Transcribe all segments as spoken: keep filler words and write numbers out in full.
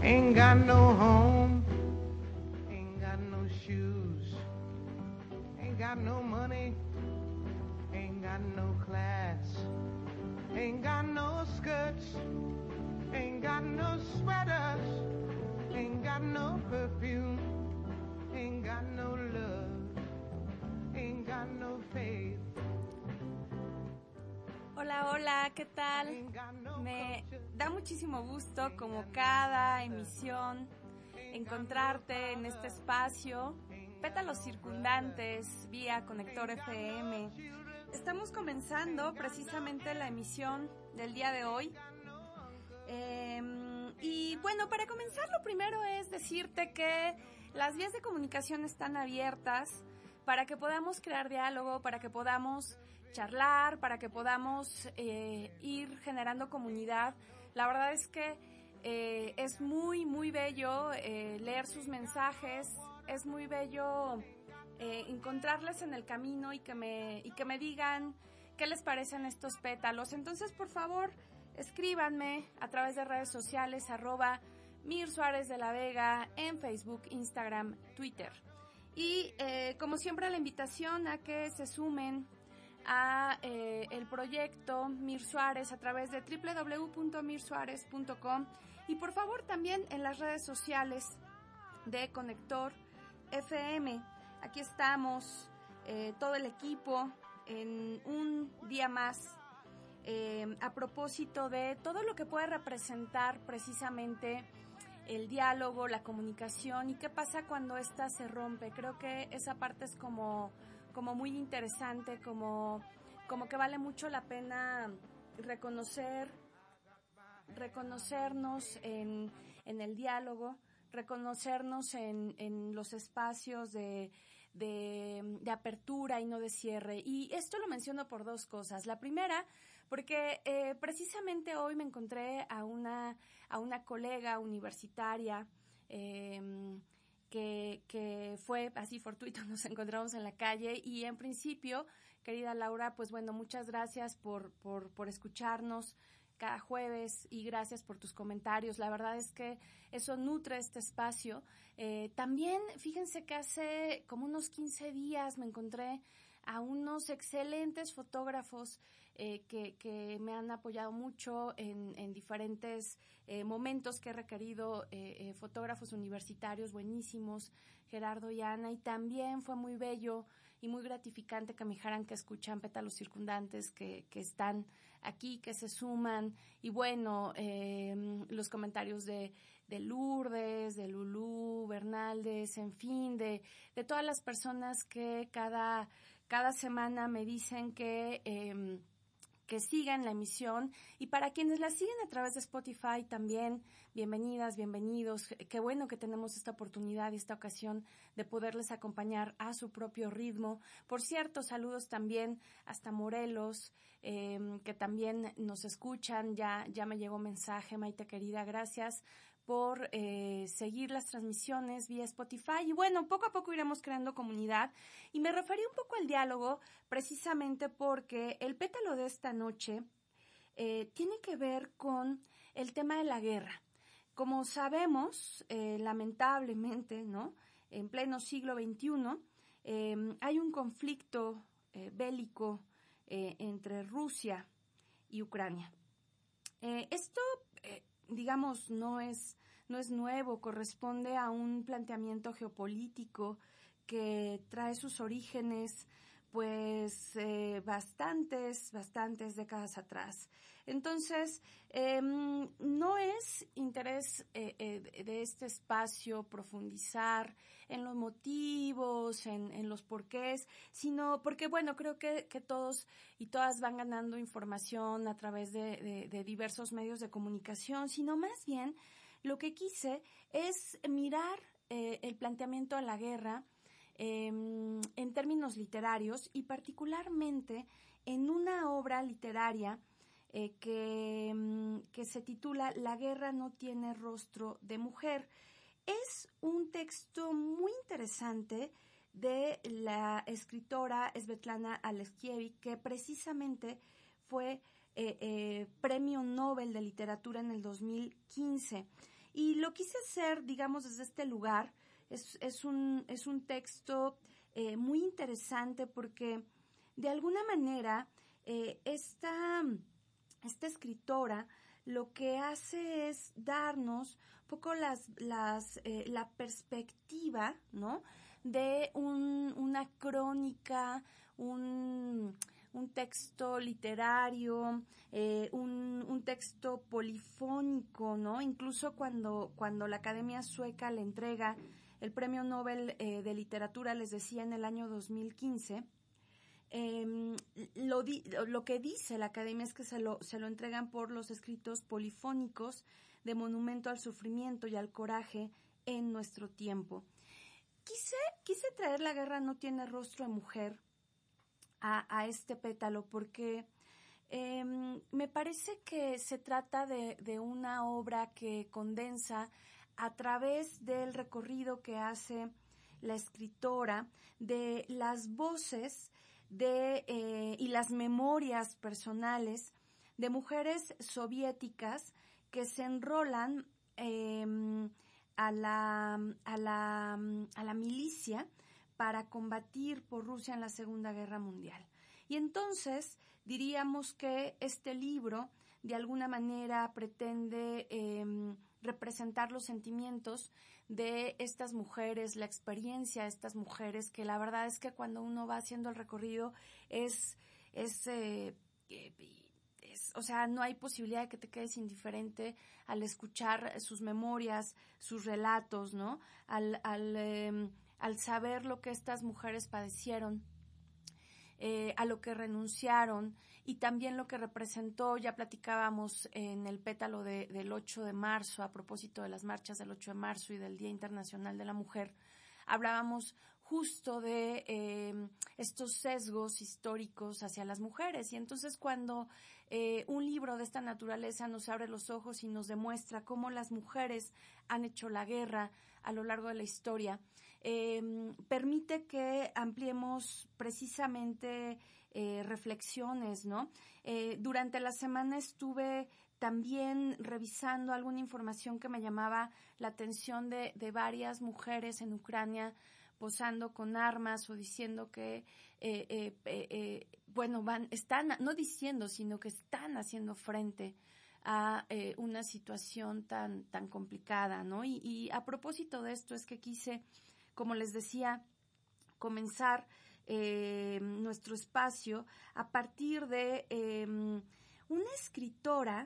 Ain't got no home, ain't got no shoes, ain't got no money, ain't got no class, ain't got no skirts, ain't got no sweaters, ain't got no perfume, ain't got no love, ain't got no faith. Hola, hola, ¿qué tal? Me da muchísimo gusto, como cada emisión, encontrarte en este espacio, Pétalos Circundantes, vía Conector F M. Estamos comenzando precisamente la emisión del día de hoy. Eh, y bueno, para comenzar, lo primero es decirte que las vías de comunicación están abiertas para que podamos crear diálogo, para que podamos charlar, para que podamos eh, ir generando comunidad. La verdad es que eh, es muy, muy bello eh, leer sus mensajes, es muy bello eh, encontrarles en el camino y que me y que me digan qué les parecen estos pétalos. Entonces, por favor, escríbanme a través de redes sociales, arroba Mir Suárez de la Vega, en Facebook, Instagram, Twitter. Y eh, como siempre, la invitación a que se sumen a eh, el proyecto Mir Suárez a través de doble u doble u doble u punto mir suárez punto com y por favor también en las redes sociales de Conector F M. Aquí estamos eh, todo el equipo en un día más eh, a propósito de todo lo que puede representar precisamente el diálogo, la comunicación y qué pasa cuando ésta se rompe. Creo que esa parte es como como muy interesante, como, como que vale mucho la pena reconocer, reconocernos en, en el diálogo, reconocernos en, en los espacios de, de, de apertura y no de cierre. Y esto lo menciono por dos cosas. La primera, porque eh, precisamente hoy me encontré a una, a una colega universitaria, eh, Que, que fue así fortuito, nos encontramos en la calle y en principio, querida Laura, pues bueno, muchas gracias por, por, por escucharnos cada jueves y gracias por tus comentarios. La verdad es que eso nutre este espacio. Eh, también, fíjense que hace como unos quince días me encontré a unos excelentes fotógrafos eh, que, que me han apoyado mucho en, en diferentes eh, momentos que he requerido eh, eh, fotógrafos universitarios buenísimos, Gerardo y Ana, y también fue muy bello y muy gratificante que me dijeran que escuchan Pétalos Circundantes, que, que están aquí, que se suman, y bueno, eh, los comentarios de, de Lourdes, de Lulú, Bernaldez, en fin, de, de todas las personas que cada Cada semana me dicen que eh, que sigan la emisión y para quienes la siguen a través de Spotify también, bienvenidas, bienvenidos. Qué bueno que tenemos esta oportunidad y esta ocasión de poderles acompañar a su propio ritmo. Por cierto, saludos también hasta Morelos, eh, que también nos escuchan. Ya, ya me llegó mensaje, Maite querida, gracias por eh, seguir las transmisiones vía Spotify. Y bueno, poco a poco iremos creando comunidad. Y me referí un poco al diálogo precisamente porque el pétalo de esta noche eh, tiene que ver con el tema de la guerra. Como sabemos, eh, lamentablemente, ¿no?, en pleno siglo veintiuno, eh, hay un conflicto eh, bélico eh, entre Rusia y Ucrania. Eh, esto... Eh, digamos, no es, no es nuevo, corresponde a un planteamiento geopolítico que trae sus orígenes, pues, eh, bastantes, bastantes décadas atrás. Entonces, eh, no es interés eh, eh, de este espacio profundizar en los motivos, en, en los porqués, sino porque, bueno, creo que, que todos y todas van ganando información a través de, de, de diversos medios de comunicación, sino más bien lo que quise es mirar eh, el planteamiento de la guerra Eh, en términos literarios y particularmente en una obra literaria eh, que, que se titula La guerra no tiene rostro de mujer. Es un texto muy interesante de la escritora Svetlana Alexievich, que precisamente fue eh, eh, Premio Nobel de Literatura en el dos mil quince. Y lo quise hacer, digamos, desde este lugar. Es, es, un, es un texto eh, muy interesante porque, de alguna manera, eh, esta, esta escritora lo que hace es darnos un poco las, las, eh, la perspectiva, ¿no?, de un, una crónica, un, un texto literario, eh, un, un texto polifónico, ¿no? Incluso cuando, cuando la Academia Sueca le entrega el Premio Nobel eh, de Literatura, les decía, en el año dos mil quince, eh, lo, di, lo que dice la Academia es que se lo, se lo entregan por los escritos polifónicos de Monumento al Sufrimiento y al Coraje en nuestro tiempo. Quise, quise traer La guerra no tiene rostro de mujer a, a este pétalo porque eh, me parece que se trata de, de una obra que condensa a través del recorrido que hace la escritora, de las voces de, eh, y las memorias personales de mujeres soviéticas que se enrolan eh, a la, a la, a la milicia para combatir por Rusia en la Segunda Guerra Mundial. Y entonces diríamos que este libro de alguna manera pretende eh, representar los sentimientos de estas mujeres, la experiencia de estas mujeres, que la verdad es que cuando uno va haciendo el recorrido es, es, eh, es, o sea, no hay posibilidad de que te quedes indiferente al escuchar sus memorias, sus relatos, ¿no? Al, al, eh, al saber lo que estas mujeres padecieron, eh, a lo que renunciaron y también lo que representó. Ya platicábamos en el pétalo de, del ocho de marzo, a propósito de las marchas del ocho de marzo y del Día Internacional de la Mujer, hablábamos justo de eh, estos sesgos históricos hacia las mujeres. Y entonces cuando eh, un libro de esta naturaleza nos abre los ojos y nos demuestra cómo las mujeres han hecho la guerra a lo largo de la historia, eh, permite que ampliemos precisamente eh, reflexiones, ¿no? Eh, durante la semana estuve también revisando alguna información que me llamaba la atención de, de varias mujeres en Ucrania posando con armas o diciendo que, eh, eh, eh, eh, bueno, van, están, no diciendo, sino que están haciendo frente a eh, una situación tan, tan complicada, ¿no? Y, y a propósito de esto es que quise, como les decía, comenzar eh, nuestro espacio a partir de eh, una escritora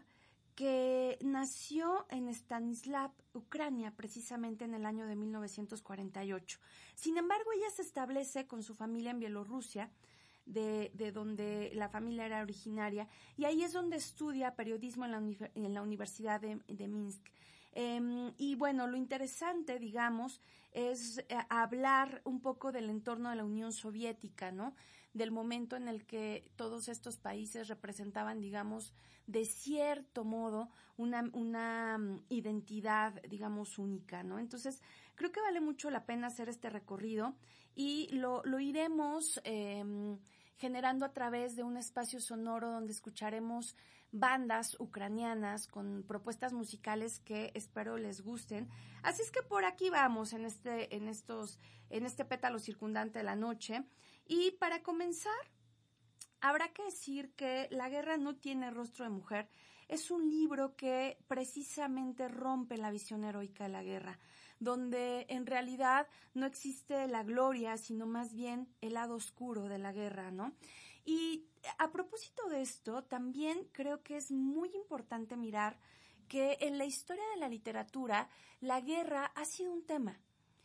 que nació en Stanislav, Ucrania, precisamente en el año de mil novecientos cuarenta y ocho. Sin embargo, ella se establece con su familia en Bielorrusia, de, de donde la familia era originaria, y ahí es donde estudia periodismo en la, en la Universidad de, de Minsk. Eh, y bueno, lo interesante, digamos, es eh, hablar un poco del entorno de la Unión Soviética, ¿no? Del momento en el que todos estos países representaban, digamos, de cierto modo, una, una identidad, digamos, única, ¿no? Entonces, creo que vale mucho la pena hacer este recorrido y lo, lo iremos eh, generando a través de un espacio sonoro donde escucharemos bandas ucranianas con propuestas musicales que espero les gusten. Así es que por aquí vamos en este, en estos, en este pétalo circundante de la noche. Y para comenzar, habrá que decir que La guerra no tiene rostro de mujer. Es un libro que precisamente rompe la visión heroica de la guerra, donde en realidad no existe la gloria, sino más bien el lado oscuro de la guerra, ¿no? Y a propósito de esto, también creo que es muy importante mirar que en la historia de la literatura, la guerra ha sido un tema.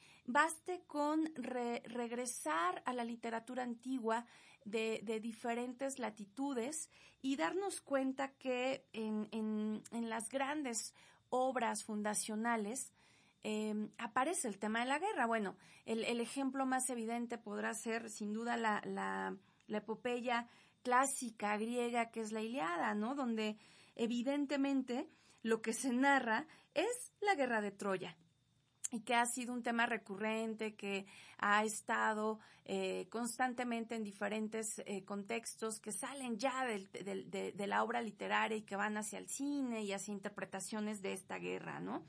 Baste con re- regresar a la literatura antigua de, de diferentes latitudes y darnos cuenta que en, en, en las grandes obras fundacionales eh, aparece el tema de la guerra. Bueno, el, el ejemplo más evidente podrá ser sin duda la, la, la epopeya clásica griega que es la Ilíada, ¿no? Donde evidentemente lo que se narra es la guerra de Troya, y que ha sido un tema recurrente, que ha estado eh, constantemente en diferentes eh, contextos que salen ya del, del, de, de la obra literaria y que van hacia el cine y hacia interpretaciones de esta guerra, ¿no?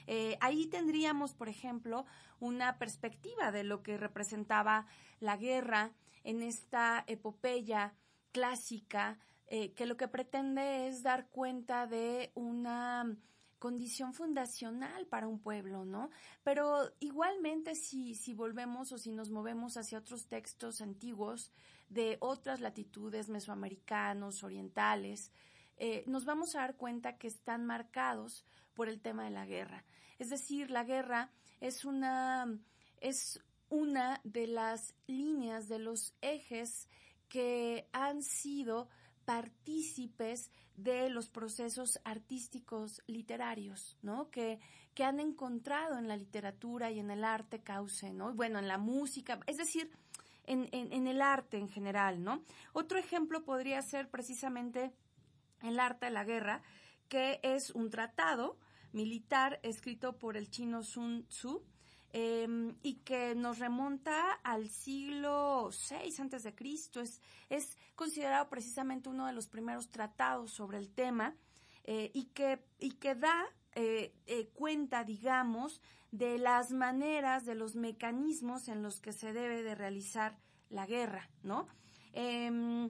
Eh, ahí tendríamos, por ejemplo, una perspectiva de lo que representaba la guerra en esta epopeya clásica, eh, que lo que pretende es dar cuenta de una condición fundacional para un pueblo, ¿no? Pero igualmente si, si volvemos o si nos movemos hacia otros textos antiguos de otras latitudes, mesoamericanos, orientales, eh, nos vamos a dar cuenta que están marcados por el tema de la guerra. Es decir, la guerra es una, es una de las líneas, de los ejes que han sido partícipes de los procesos artísticos literarios, ¿no? Que, que han encontrado en la literatura y en el arte cauce, ¿no? Bueno, en la música, es decir, en, en, en el arte en general, ¿no? Otro ejemplo podría ser precisamente el arte de la guerra, que es un tratado militar escrito por el chino Sun Tzu, Eh, y que nos remonta al siglo seis antes de Cristo. Es, es considerado precisamente uno de los primeros tratados sobre el tema, eh, y que y que da eh, eh, cuenta, digamos, de las maneras, de los mecanismos en los que se debe de realizar la guerra, ¿no? Eh,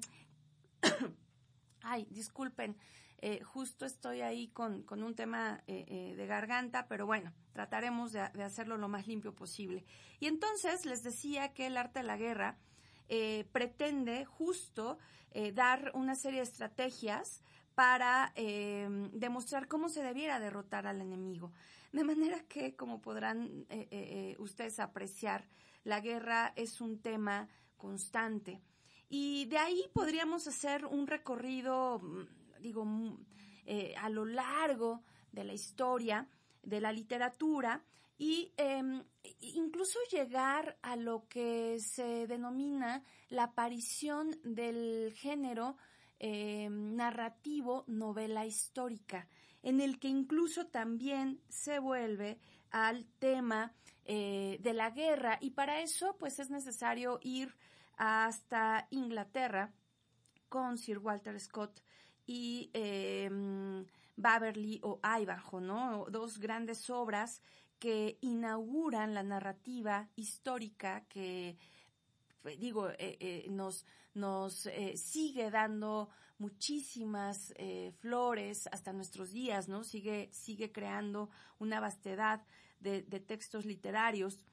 ay, disculpen. Eh, justo estoy ahí con, con un tema eh, eh, de garganta, pero bueno, trataremos de, de hacerlo lo más limpio posible. Y entonces les decía que el arte de la guerra eh, pretende justo eh, dar una serie de estrategias para eh, demostrar cómo se debiera derrotar al enemigo. De manera que, como podrán eh, eh, ustedes apreciar, la guerra es un tema constante. Y de ahí podríamos hacer un recorrido, digo, eh, a lo largo de la historia, de la literatura, y eh, incluso llegar a lo que se denomina la aparición del género eh, narrativo novela histórica, en el que incluso también se vuelve al tema eh, de la guerra, y para eso pues es necesario ir hasta Inglaterra con Sir Walter Scott y eh, Waverley o Ivanhoe, ¿no? Dos grandes obras que inauguran la narrativa histórica que, digo, eh, eh, nos, nos eh, sigue dando muchísimas eh, flores hasta nuestros días, ¿no? Sigue, sigue creando una vastedad de, de textos literarios.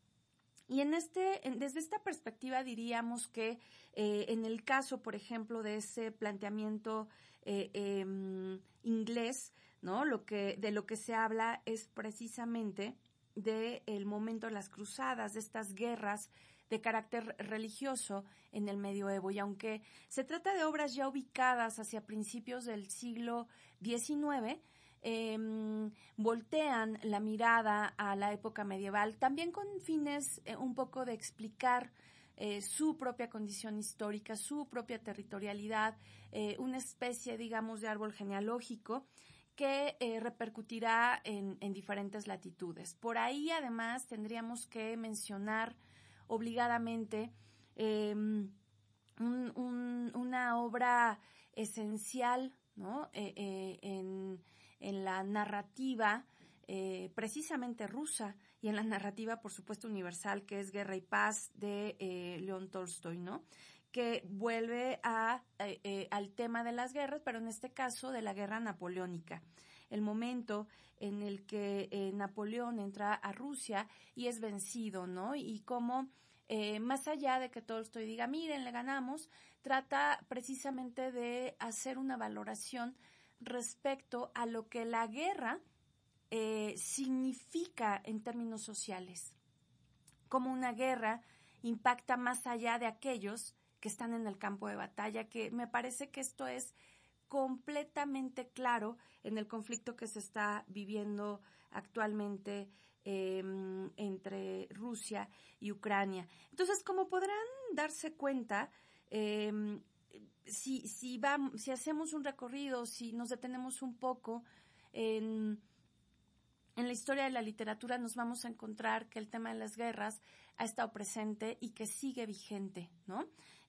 Y en este, en, desde esta perspectiva diríamos que eh, en el caso, por ejemplo, de ese planteamiento eh, eh, inglés, ¿no? Lo que, de lo que se habla es precisamente del momento de las cruzadas, de estas guerras de carácter religioso en el medioevo. Y aunque se trata de obras ya ubicadas hacia principios del siglo diecinueve, Eh, voltean la mirada a la época medieval, también con fines eh, un poco de explicar eh, su propia condición histórica, su propia territorialidad, eh, una especie, digamos, de árbol genealógico que eh, repercutirá en, en diferentes latitudes. Por ahí, además, tendríamos que mencionar obligadamente eh, un, un, una obra esencial, ¿no? Eh, eh, en en la narrativa eh, precisamente rusa y en la narrativa, por supuesto, universal, que es Guerra y Paz de eh, León Tolstoy, ¿no? Que vuelve a, eh, eh, al tema de las guerras, pero en este caso de la guerra napoleónica. El momento en el que eh, Napoleón entra a Rusia y es vencido, ¿no? Y cómo, eh, más allá de que Tolstoy diga, miren, le ganamos, trata precisamente de hacer una valoración respecto a lo que la guerra eh, significa en términos sociales, cómo una guerra impacta más allá de aquellos que están en el campo de batalla, que me parece que esto es completamente claro en el conflicto que se está viviendo actualmente eh, entre Rusia y Ucrania. Entonces, como podrán darse cuenta, eh, Si, si, vamos, si hacemos un recorrido, si nos detenemos un poco en, en la historia de la literatura, nos vamos a encontrar que el tema de las guerras ha estado presente y que sigue vigente, ¿no?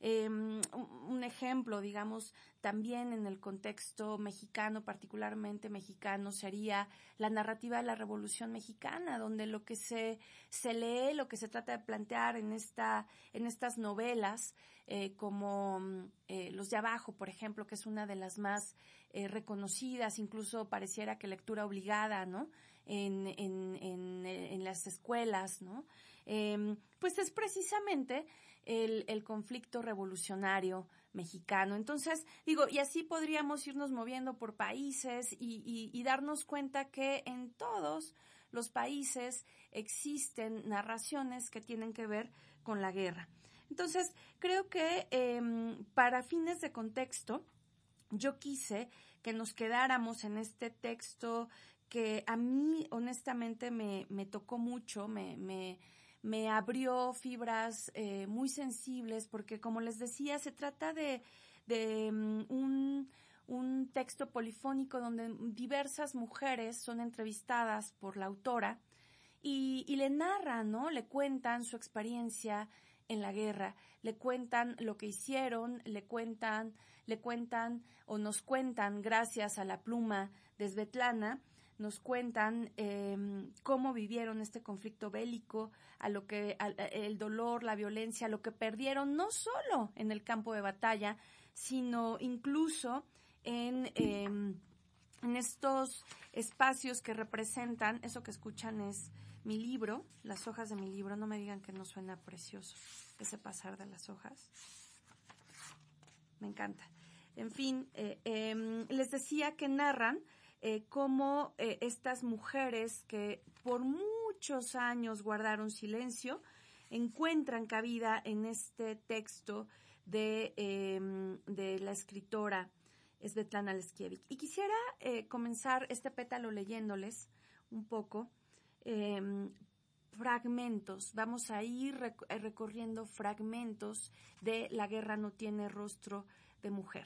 Eh, un ejemplo, digamos, también en el contexto mexicano, particularmente mexicano, sería la narrativa de la Revolución Mexicana, donde lo que se, se lee, lo que se trata de plantear en esta, en estas novelas, eh, como eh, Los de Abajo, por ejemplo, que es una de las más eh, reconocidas, incluso pareciera que lectura obligada, ¿no? En, en, en, en las escuelas, ¿no? Eh, pues es precisamente el, el conflicto revolucionario mexicano. Entonces, digo, y así podríamos irnos moviendo por países y, y, y darnos cuenta que en todos los países existen narraciones que tienen que ver con la guerra. Entonces, creo que eh, para fines de contexto, yo quise que nos quedáramos en este texto que a mí honestamente me, me tocó mucho, me, me, me abrió fibras eh, muy sensibles, porque como les decía, se trata de, de um, un, un texto polifónico donde diversas mujeres son entrevistadas por la autora y, y le narran, ¿no? Le cuentan su experiencia en la guerra, le cuentan lo que hicieron, le cuentan, le cuentan o nos cuentan, gracias a la pluma de Svetlana, nos cuentan eh, cómo vivieron este conflicto bélico, a lo que a, a, el dolor, la violencia, lo que perdieron no solo en el campo de batalla, sino incluso en eh, en estos espacios que representan, eso que escuchan es mi libro, las hojas de mi libro, no me digan que no suena precioso ese pasar de las hojas. Me encanta. En fin, eh, eh, les decía que narran eh, cómo eh, estas mujeres que por muchos años guardaron silencio encuentran cabida en este texto de, eh, de la escritora Svetlana Alexievich. Y quisiera eh, comenzar este pétalo leyéndoles un poco eh, fragmentos. Vamos a ir rec- recorriendo fragmentos de La guerra no tiene rostro de mujer.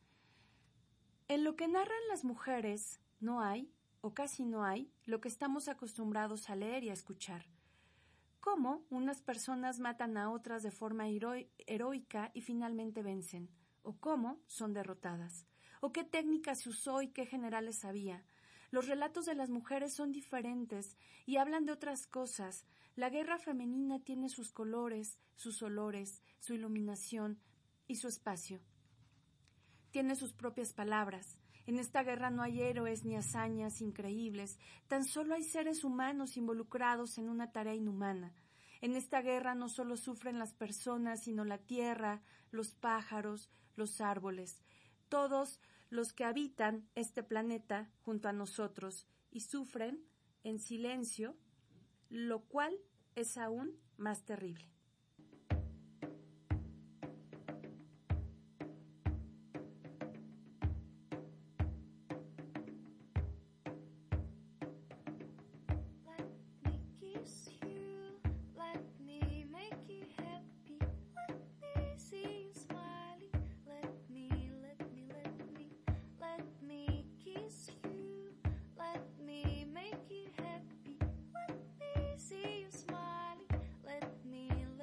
En lo que narran las mujeres no hay, o casi no hay, lo que estamos acostumbrados a leer y a escuchar. Cómo unas personas matan a otras de forma hero- heroica y finalmente vencen, o cómo son derrotadas, o qué técnica se usó y qué generales había. Los relatos de las mujeres son diferentes y hablan de otras cosas. La guerra femenina tiene sus colores, sus olores, su iluminación y su espacio. Tiene sus propias palabras. En esta guerra no hay héroes ni hazañas increíbles, tan solo hay seres humanos involucrados en una tarea inhumana. En esta guerra no solo sufren las personas, sino la tierra, los pájaros, los árboles, todos los que habitan este planeta junto a nosotros y sufren en silencio, lo cual es aún más terrible. See you smiling, let me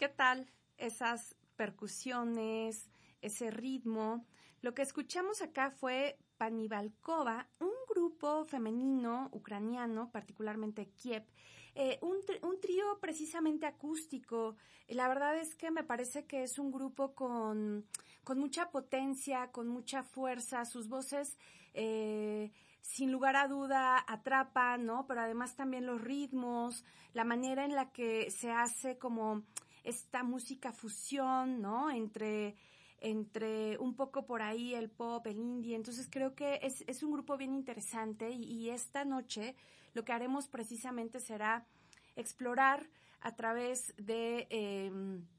¿Qué tal esas percusiones, ese ritmo? Lo que escuchamos acá fue Panivalkova, un grupo femenino ucraniano, particularmente Kiev, eh, un, tri- un trío precisamente acústico. La verdad es que me parece que es un grupo con, con mucha potencia, con mucha fuerza. Sus voces, eh, sin lugar a duda, atrapan, ¿no? Pero además también los ritmos, la manera en la que se hace como esta música fusión, ¿no? Entre entre un poco por ahí el pop, el indie. Entonces creo que es, es un grupo bien interesante y, y esta noche lo que haremos precisamente será explorar a través de, eh,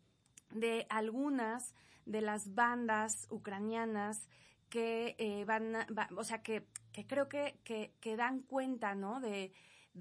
de algunas de las bandas ucranianas que eh, van, a, va, o sea, que, que creo que, que, que dan cuenta, ¿no? De,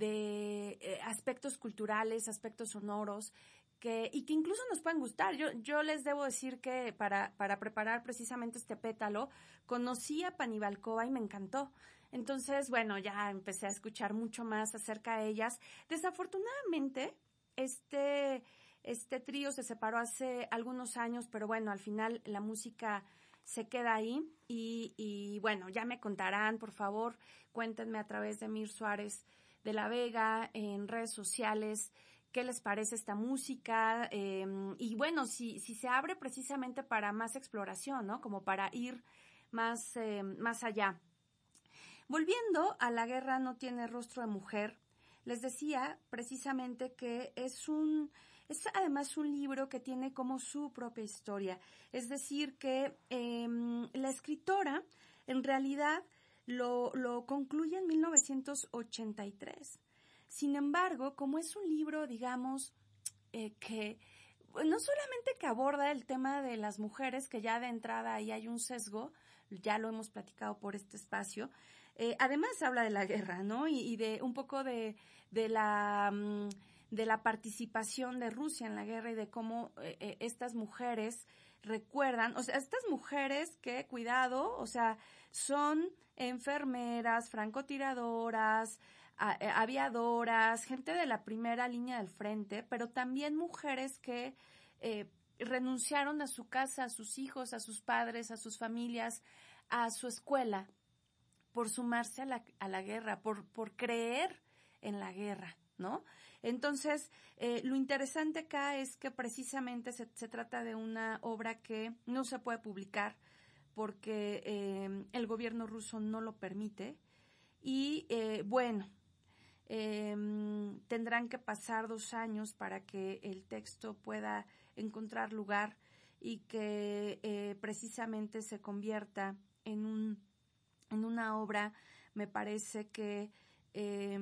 de eh, aspectos culturales, aspectos sonoros, que, y que incluso nos pueden gustar. Yo, yo les debo decir que para, para preparar precisamente este pétalo, conocí a Panivalkova y me encantó. Entonces, bueno, ya empecé a escuchar mucho más acerca de ellas. Desafortunadamente, este, este trío se separó hace algunos años, pero bueno, al final la música se queda ahí y, y bueno, ya me contarán, por favor, cuéntenme a través de Mir Suárez de la Vega en redes sociales qué les parece esta música, eh, y bueno, si, si se abre precisamente para más exploración, ¿no? Como para ir más, eh, más allá. Volviendo a La guerra no tiene rostro de mujer, les decía precisamente que es un, es además un libro que tiene como su propia historia. Es decir, que eh, la escritora en realidad lo, lo concluye en mil novecientos ochenta y tres. Sin embargo, como es un libro, digamos, eh, que no solamente que aborda el tema de las mujeres, que ya de entrada ahí hay un sesgo, ya lo hemos platicado por este espacio, eh, además habla de la guerra, ¿no? Y, y de un poco de, de la de la participación de Rusia en la guerra y de cómo eh, estas mujeres recuerdan, o sea, estas mujeres que, cuidado, o sea, son enfermeras, francotiradoras, aviadoras, gente de la primera línea del frente, pero también mujeres que eh, renunciaron a su casa, a sus hijos, a sus padres, a sus familias, a su escuela, por sumarse a la, a la guerra, por, por creer en la guerra, ¿no? Entonces, eh, lo interesante acá es que precisamente se, se trata de una obra que no se puede publicar porque eh, el gobierno ruso no lo permite y, eh, bueno, Eh, tendrán que pasar dos años para que el texto pueda encontrar lugar y que eh, precisamente se convierta en un en una obra, me parece que eh,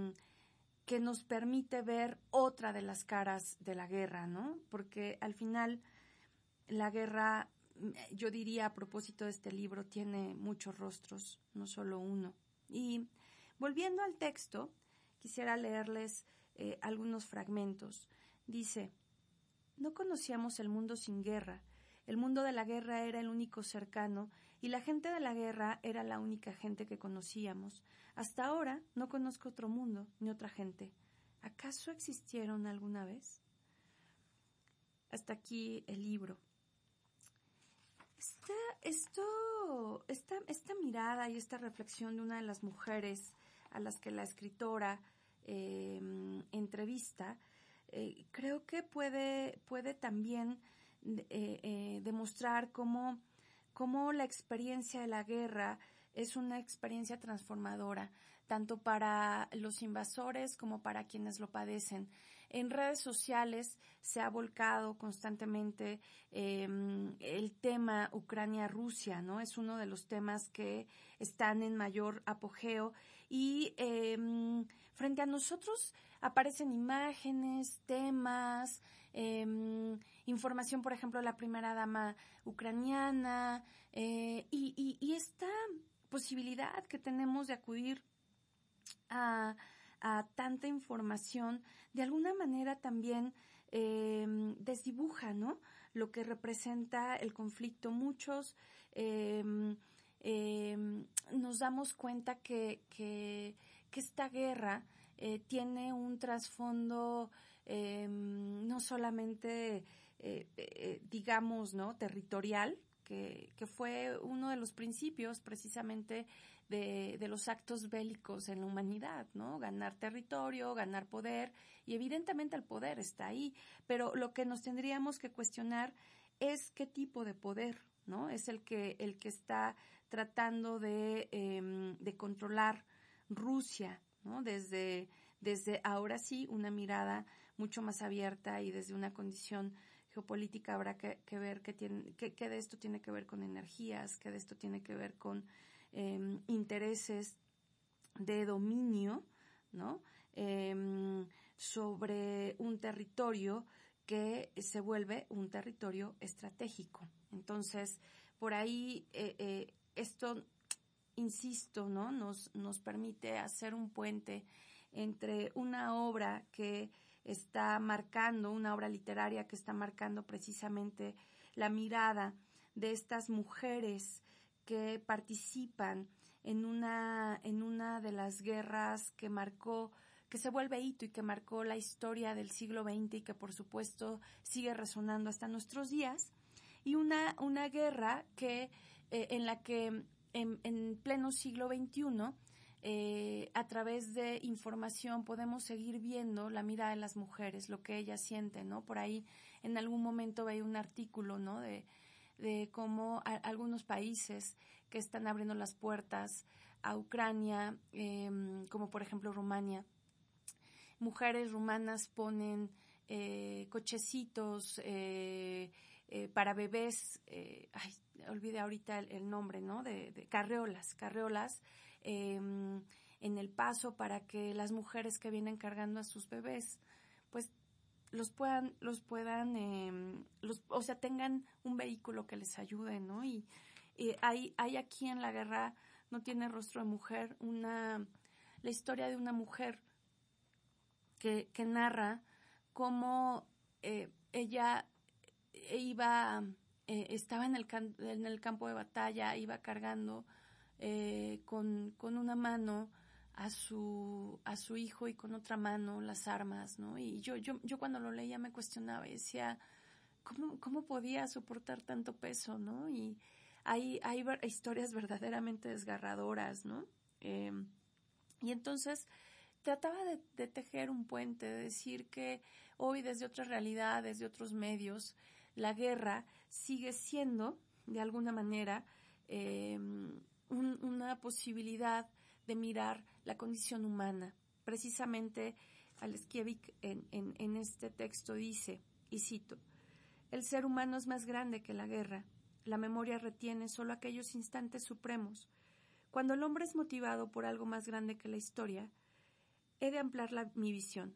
que nos permite ver otra de las caras de la guerra, ¿no? Porque al final la guerra, yo diría a propósito de este libro, tiene muchos rostros, no solo uno. Y volviendo al texto, quisiera leerles eh, algunos fragmentos. Dice, no conocíamos el mundo sin guerra. El mundo de la guerra era el único cercano y la gente de la guerra era la única gente que conocíamos. Hasta ahora no conozco otro mundo ni otra gente. ¿Acaso existieron alguna vez? Hasta aquí el libro. Esta, esto, esta, esta mirada y esta reflexión de una de las mujeres a las que la escritora eh, entrevista, eh, creo que puede, puede también eh, eh, demostrar cómo, cómo la experiencia de la guerra es una experiencia transformadora, tanto para los invasores como para quienes lo padecen. En redes sociales se ha volcado constantemente eh, el tema Ucrania-Rusia, ¿no? Es uno de los temas que están en mayor apogeo y eh, frente a nosotros aparecen imágenes, temas, eh, información, por ejemplo, de la primera dama ucraniana eh, y, y, y esta posibilidad que tenemos de acudir a, a tanta información, de alguna manera también eh, desdibuja, ¿no?, lo que representa el conflicto. Muchos eh, eh, nos damos cuenta que, que, que esta guerra eh, tiene un trasfondo eh, no solamente, eh, eh, digamos, ¿no?, territorial, que, que fue uno de los principios precisamente de, de los actos bélicos en la humanidad, ¿no? Ganar territorio, ganar poder, y evidentemente el poder está ahí, pero lo que nos tendríamos que cuestionar es qué tipo de poder, ¿no? Es el que, el que está tratando de, eh, de controlar Rusia, ¿no? Desde, desde ahora sí una mirada mucho más abierta y desde una condición geopolítica habrá que, que ver qué tiene, que, que de esto tiene que ver con energías, que de esto tiene que ver con eh, intereses de dominio, ¿no? Eh, sobre un territorio que se vuelve un territorio estratégico. Entonces, por ahí eh, eh, esto, insisto, ¿no?, nos, nos permite hacer un puente entre una obra que está marcando, una obra literaria que está marcando precisamente la mirada de estas mujeres que participan en una, en una de las guerras que marcó, que se vuelve hito y que marcó la historia del siglo veinte y que por supuesto sigue resonando hasta nuestros días, y una, una guerra que, eh, en la que en, en pleno siglo veintiuno Eh, a través de información podemos seguir viendo la mirada de las mujeres, lo que ellas sienten, ¿no? Por ahí en algún momento veía un artículo, ¿no?, de, de cómo a, algunos países que están abriendo las puertas a Ucrania, eh, como por ejemplo Rumania, mujeres rumanas ponen eh, cochecitos eh, eh, para bebés, eh, ay, olvidé ahorita el, el nombre, ¿no?, de, de carreolas, carreolas, Eh, en el paso para que las mujeres que vienen cargando a sus bebés pues los puedan los puedan eh, los, o sea, tengan un vehículo que les ayude, ¿no? Y, y hay hay aquí en La Guerra no tiene rostro de mujer una la historia de una mujer que que narra cómo eh, ella iba eh, estaba en el can, en el campo de batalla, iba cargando Eh, con, con una mano a su a su hijo y con otra mano las armas, ¿no? Y yo yo yo cuando lo leía me cuestionaba y decía, ¿cómo cómo podía soportar tanto peso, ¿no? Y hay hay historias verdaderamente desgarradoras, ¿no? Eh, y entonces trataba de, de tejer un puente, de decir que hoy desde otras realidades, de otros medios, la guerra sigue siendo, de alguna manera, eh, Un, una posibilidad de mirar la condición humana. Precisamente Aleskiewicz en, en, en este texto dice, y cito, «El ser humano es más grande que la guerra. La memoria retiene solo aquellos instantes supremos. Cuando el hombre es motivado por algo más grande que la historia, he de ampliar la, mi visión.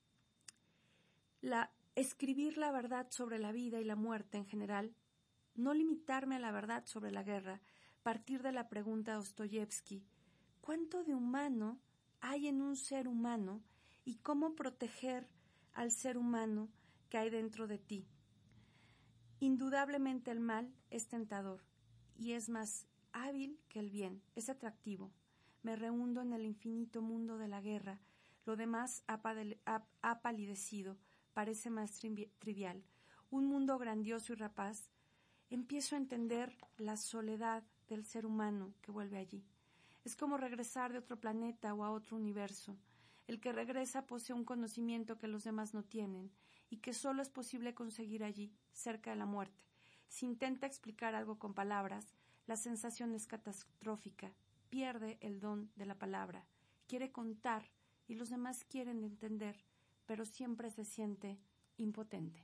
La, escribir la verdad sobre la vida y la muerte en general, no limitarme a la verdad sobre la guerra, partir de la pregunta de Dostoyevsky, ¿cuánto de humano hay en un ser humano y cómo proteger al ser humano que hay dentro de ti? Indudablemente el mal es tentador y es más hábil que el bien, es atractivo. Me rehundo en el infinito mundo de la guerra, lo demás ha, padele, ha, ha palidecido, parece más tri- trivial. Un mundo grandioso y rapaz, empiezo a entender la soledad del ser humano que vuelve allí. Es como regresar de otro planeta o a otro universo. El que regresa posee un conocimiento que los demás no tienen y que solo es posible conseguir allí, cerca de la muerte. Si intenta explicar algo con palabras, la sensación es catastrófica. Pierde el don de la palabra. Quiere contar y los demás quieren entender, pero siempre se siente impotente.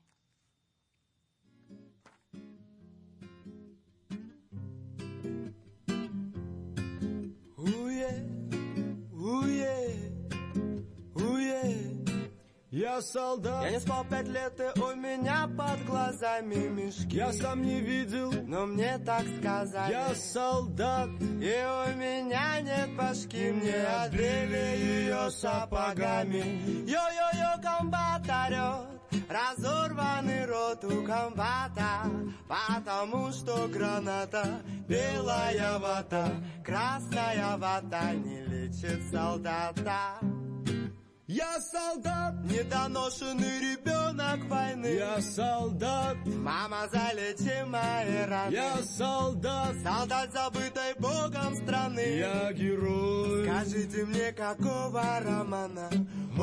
Я солдат. Я не спал пять лет, и у меня под глазами мешки. Я сам не видел, но мне так сказали. Я солдат. И у меня нет башки, мне отбили ее сапогами. Йо-йо-йо, комбат орет, разорванный рот у комбата, потому что граната, белая вата, красная вата не лечит солдата. Я солдат, недоношенный ребенок войны. я солдат, Мама, залечи мои раны. я солдат, Солдат забытой Богом страны. я герой. Скажите мне, какого романа? О,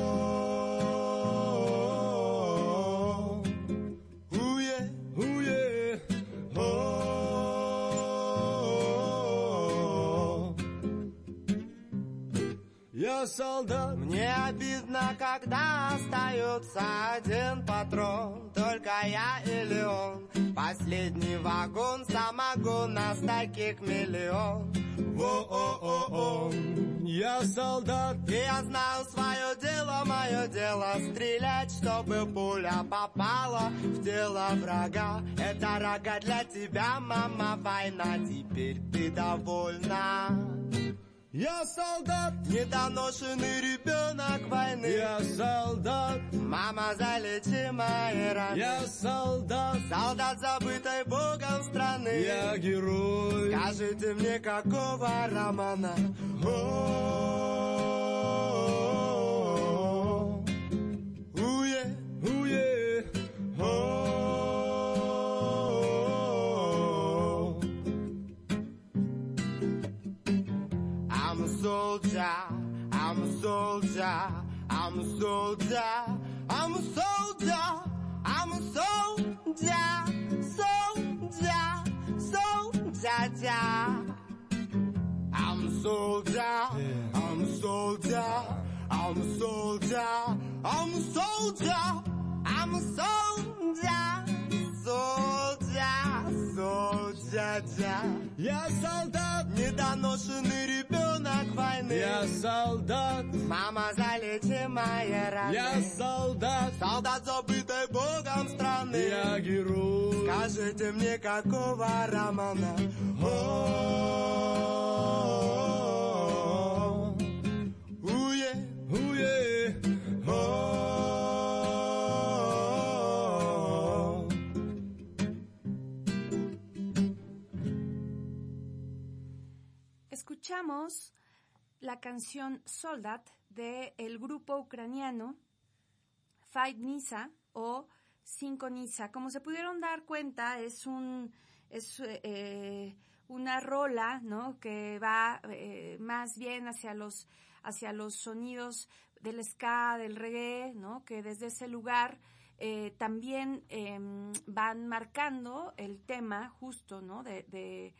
уе, Уе, о. я солдат, Мне обидно, когда остается один патрон. Только я или он. Последний вагон самогон, нас таких миллион. Во-о-о-о. я солдат, И я знаю свое дело, мое дело стрелять, чтобы пуля попала в тело врага. Это рога для тебя, мама, война, теперь ты довольна. я солдат, Недоношенный ребенок войны. я солдат, Мама, залечи мои раны. я солдат, Солдат забытой Богом страны. я герой. Скажите мне, какого романа? О, уе, Уе, о. I'm a soldier, I'm a soldier, I'm a soldier, I'm a soldier, I'm a soldier, soldier, soldier. I'm a soldier, I'm a soldier, I'm a soldier, I'm a soldier, I'm a soldier, soldier, soldier. я солдат, Недоношенный ребенок войны. я солдат, Мама, залечи мои раны. я солдат, Солдат забытой Богом страны. я герой. Скажите мне, какого романа? О, уе, Уе, о. Escuchamos la canción Soldat de el grupo ucraniano Five Nisa o Cinco Nisa. Como se pudieron dar cuenta, es un es eh, una rola, ¿no?, que va eh, más bien hacia los hacia los sonidos del ska, del reggae, ¿no?, que desde ese lugar eh, también eh, van marcando el tema justo, ¿no?, de, de,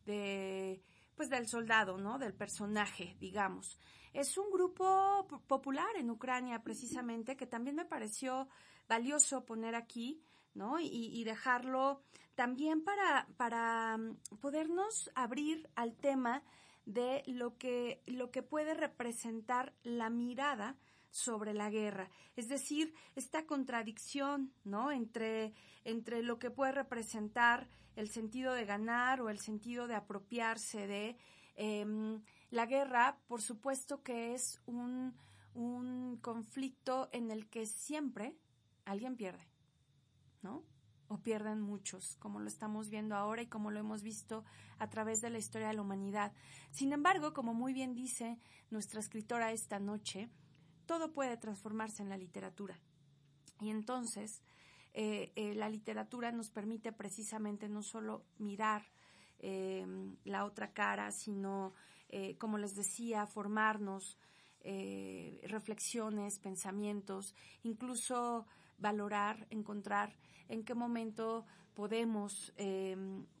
de pues del soldado, ¿no?, del personaje, digamos. Es un grupo p- popular en Ucrania, precisamente, que también me pareció valioso poner aquí, ¿no?, y, y dejarlo también para, para podernos abrir al tema de lo que, lo que puede representar la mirada sobre la guerra. Es decir, esta contradicción, ¿no?, entre, entre lo que puede representar el sentido de ganar o el sentido de apropiarse de eh, la guerra. Por supuesto que es un, un conflicto en el que siempre alguien pierde, ¿no?, o pierden muchos, como lo estamos viendo ahora y como lo hemos visto a través de la historia de la humanidad. Sin embargo, como muy bien dice nuestra escritora esta noche, todo puede transformarse en la literatura. Y entonces, eh, eh, la literatura nos permite precisamente no solo mirar eh, la otra cara, sino, eh, como les decía, formarnos eh, reflexiones, pensamientos, incluso valorar, encontrar en qué momento podemos eh,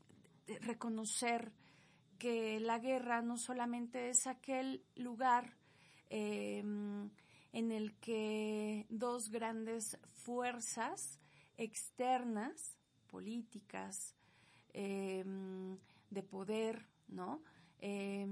reconocer que la guerra no solamente es aquel lugar eh, en el que dos grandes fuerzas externas, políticas, eh, de poder, ¿no?, eh,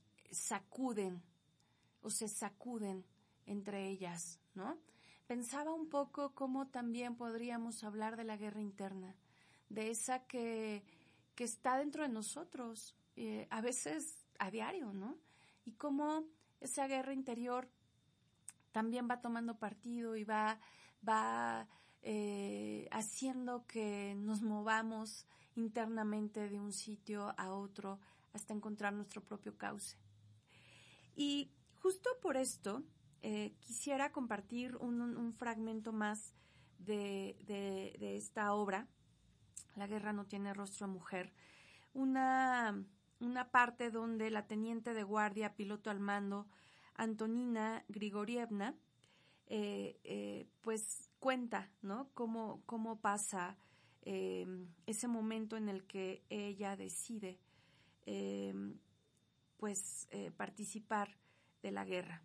sacuden o se sacuden entre ellas, ¿no? Pensaba un poco cómo también podríamos hablar de la guerra interna, de esa que, que está dentro de nosotros, eh, a veces a diario, ¿no? Y cómo esa guerra interior también va tomando partido y va, va eh, haciendo que nos movamos internamente de un sitio a otro hasta encontrar nuestro propio cauce. Y justo por esto eh, quisiera compartir un, un, un fragmento más de, de, de esta obra, La guerra no tiene rostro de mujer, una, una parte donde la teniente de guardia, piloto al mando, Antonina Grigorievna, eh, eh, pues cuenta, ¿no? Cómo, cómo pasa eh, ese momento en el que ella decide eh, pues eh, participar de la guerra.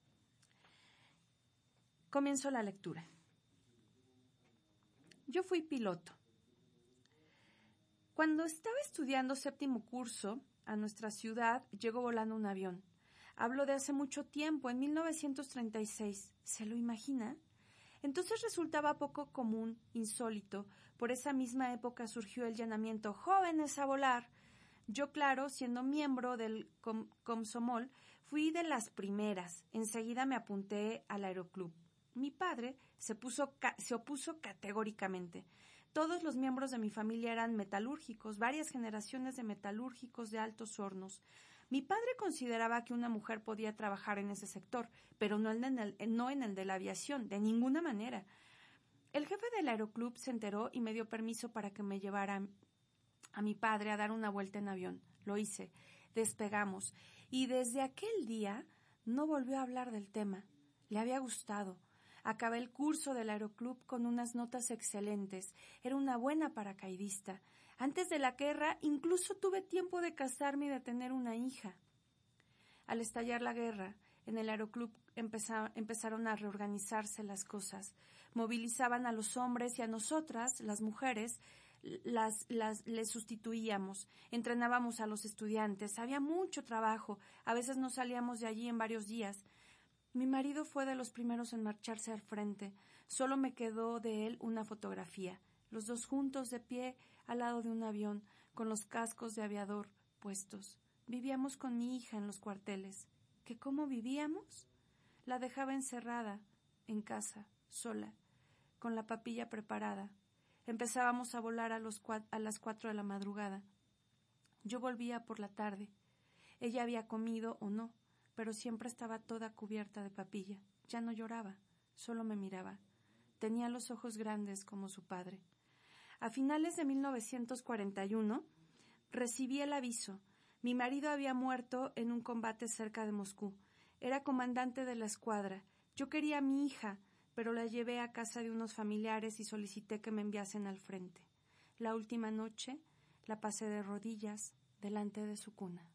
Comienzo la lectura. Yo fui piloto. Cuando estaba estudiando séptimo curso, a nuestra ciudad llegó volando un avión. Hablo de hace mucho tiempo, en mil novecientos treinta y seis. ¿Se lo imagina? Entonces resultaba poco común, insólito. Por esa misma época surgió el llamamiento «Jóvenes a volar». Yo, claro, siendo miembro del Com- Comsomol, fui de las primeras. Enseguida me apunté al aeroclub. Mi padre se, puso ca- se opuso categóricamente. Todos los miembros de mi familia eran metalúrgicos, varias generaciones de metalúrgicos de altos hornos. Mi padre consideraba que una mujer podía trabajar en ese sector, pero no en el, no en el de la aviación, de ninguna manera. El jefe del aeroclub se enteró y me dio permiso para que me llevara a mi padre a dar una vuelta en avión. Lo hice. Despegamos. Y desde aquel día no volvió a hablar del tema. Le había gustado. Acabé el curso del aeroclub con unas notas excelentes. Era una buena paracaidista. Antes de la guerra incluso tuve tiempo de casarme y de tener una hija. Al estallar la guerra, en el aeroclub empeza- empezaron a reorganizarse las cosas. Movilizaban a los hombres y a nosotras, las mujeres, las, las, les sustituíamos. Entrenábamos a los estudiantes. Había mucho trabajo. A veces no salíamos de allí en varios días. Mi marido fue de los primeros en marcharse al frente. Solo me quedó de él una fotografía. Los dos juntos de pie al lado de un avión, con los cascos de aviador puestos. Vivíamos con mi hija en los cuarteles. ¿Que cómo vivíamos? La dejaba encerrada, en casa, sola, con la papilla preparada. Empezábamos a volar a, los cua- a las cuatro de la madrugada. Yo volvía por la tarde. Ella había comido o no, pero siempre estaba toda cubierta de papilla. Ya no lloraba, solo me miraba. Tenía los ojos grandes como su padre. A finales de mil novecientos cuarenta y uno recibí el aviso. Mi marido había muerto en un combate cerca de Moscú. Era comandante de la escuadra. Yo quería a mi hija, pero la llevé a casa de unos familiares y solicité que me enviasen al frente. La última noche la pasé de rodillas delante de su cuna.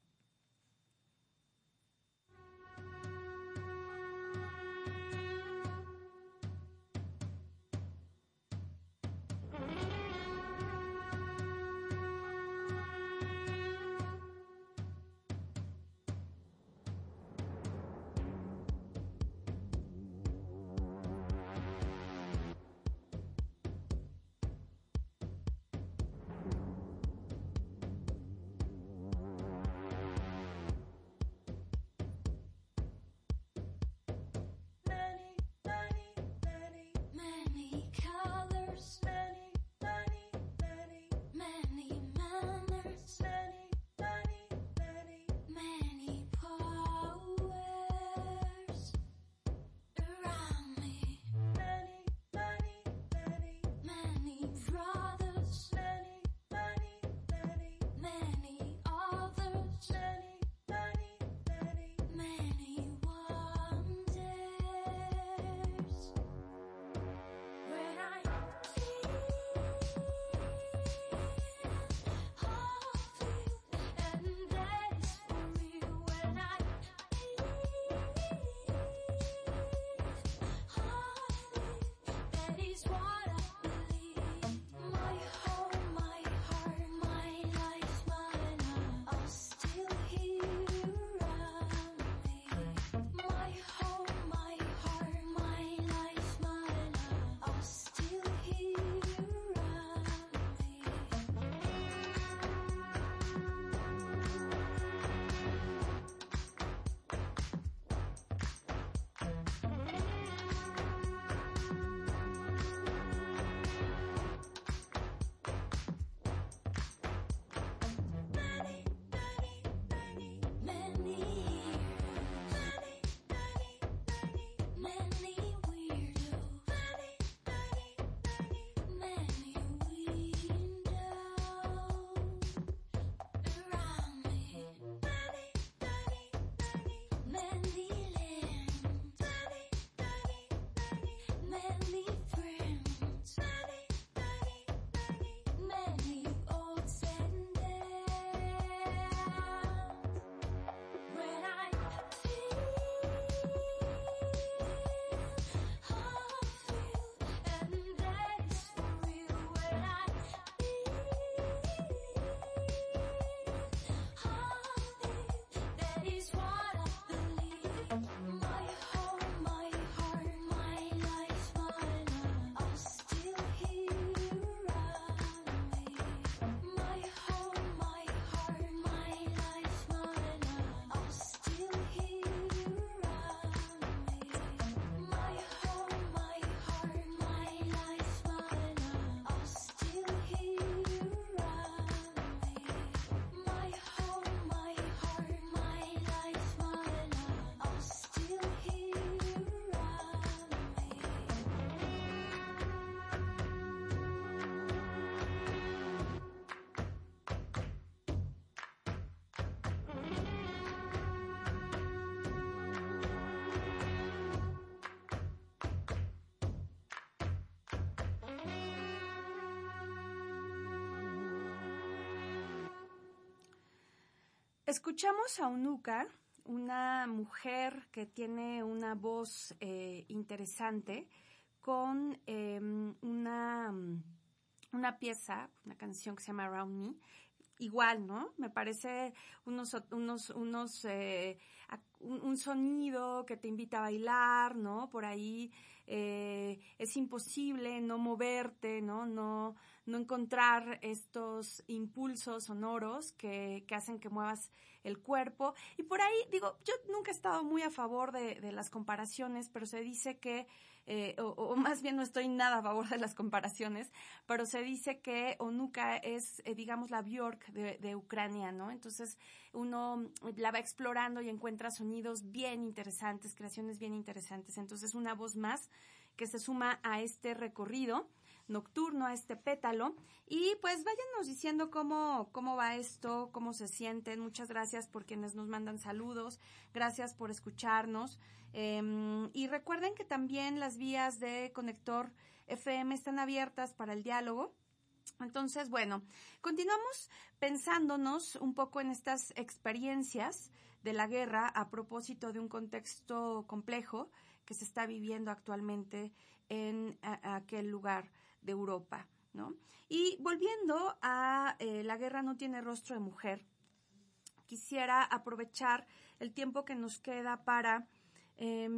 Escuchamos a Onuka, una mujer que tiene una voz eh, interesante, con eh, una, una pieza, una canción que se llama Around Me. Igual, ¿no? Me parece unos, unos, unos, eh, un, un sonido que te invita a bailar, ¿no? Por ahí eh, es imposible no moverte, ¿no? No, no encontrar estos impulsos sonoros que, que hacen que muevas el cuerpo. Y por ahí, digo, yo nunca he estado muy a favor de, de las comparaciones, pero se dice que Eh, o, o más bien no estoy nada a favor de las comparaciones, pero se dice que Onuka es, eh, digamos, la Björk de, de Ucrania, ¿no? Entonces uno la va explorando y encuentra sonidos bien interesantes, creaciones bien interesantes. Entonces una voz más que se suma a este recorrido nocturno, a este pétalo. Y pues váyanos diciendo cómo, cómo va esto, cómo se sienten. Muchas gracias por quienes nos mandan saludos. Gracias por escucharnos. Eh, y recuerden que también las vías de Conector F M están abiertas para el diálogo. Entonces, bueno, continuamos pensándonos un poco en estas experiencias de la guerra a propósito de un contexto complejo que se está viviendo actualmente en a, a aquel lugar de Europa, ¿no? Y volviendo a eh, La guerra no tiene rostro de mujer, quisiera aprovechar el tiempo que nos queda para eh,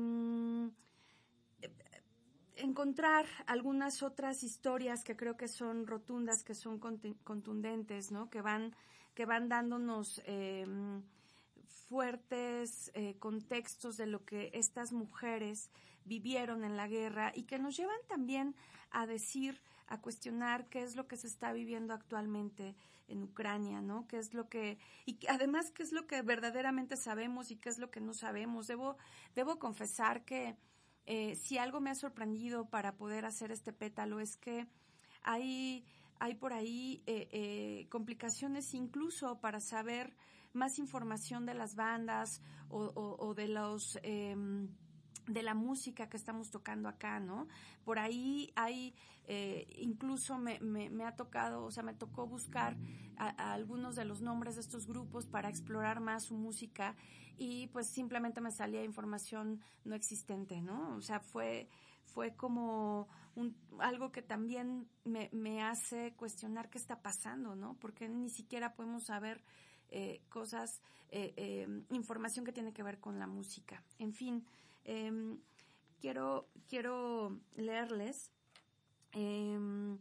encontrar algunas otras historias que creo que son rotundas, que son contundentes, ¿no? Que van, que van dándonos eh, fuertes eh, contextos de lo que estas mujeres vivieron en la guerra y que nos llevan también a decir, a cuestionar qué es lo que se está viviendo actualmente en Ucrania, ¿no? Qué es lo que, y además qué es lo que verdaderamente sabemos y qué es lo que no sabemos. Debo, debo confesar que eh, si algo me ha sorprendido para poder hacer este pétalo es que hay, hay por ahí eh, eh, complicaciones incluso para saber más información de las bandas o, o, o de los eh, de la música que estamos tocando acá, ¿no? Por ahí hay, eh, incluso me, me, me ha tocado, o sea, me tocó buscar a, a algunos de los nombres de estos grupos para explorar más su música y pues simplemente me salía información no existente, ¿no? O sea, fue, fue como un, algo que también me, me hace cuestionar qué está pasando, ¿no? Porque ni siquiera podemos saber eh, cosas, eh, eh, información que tiene que ver con la música. En fin, Eh, quiero, quiero leerles eh,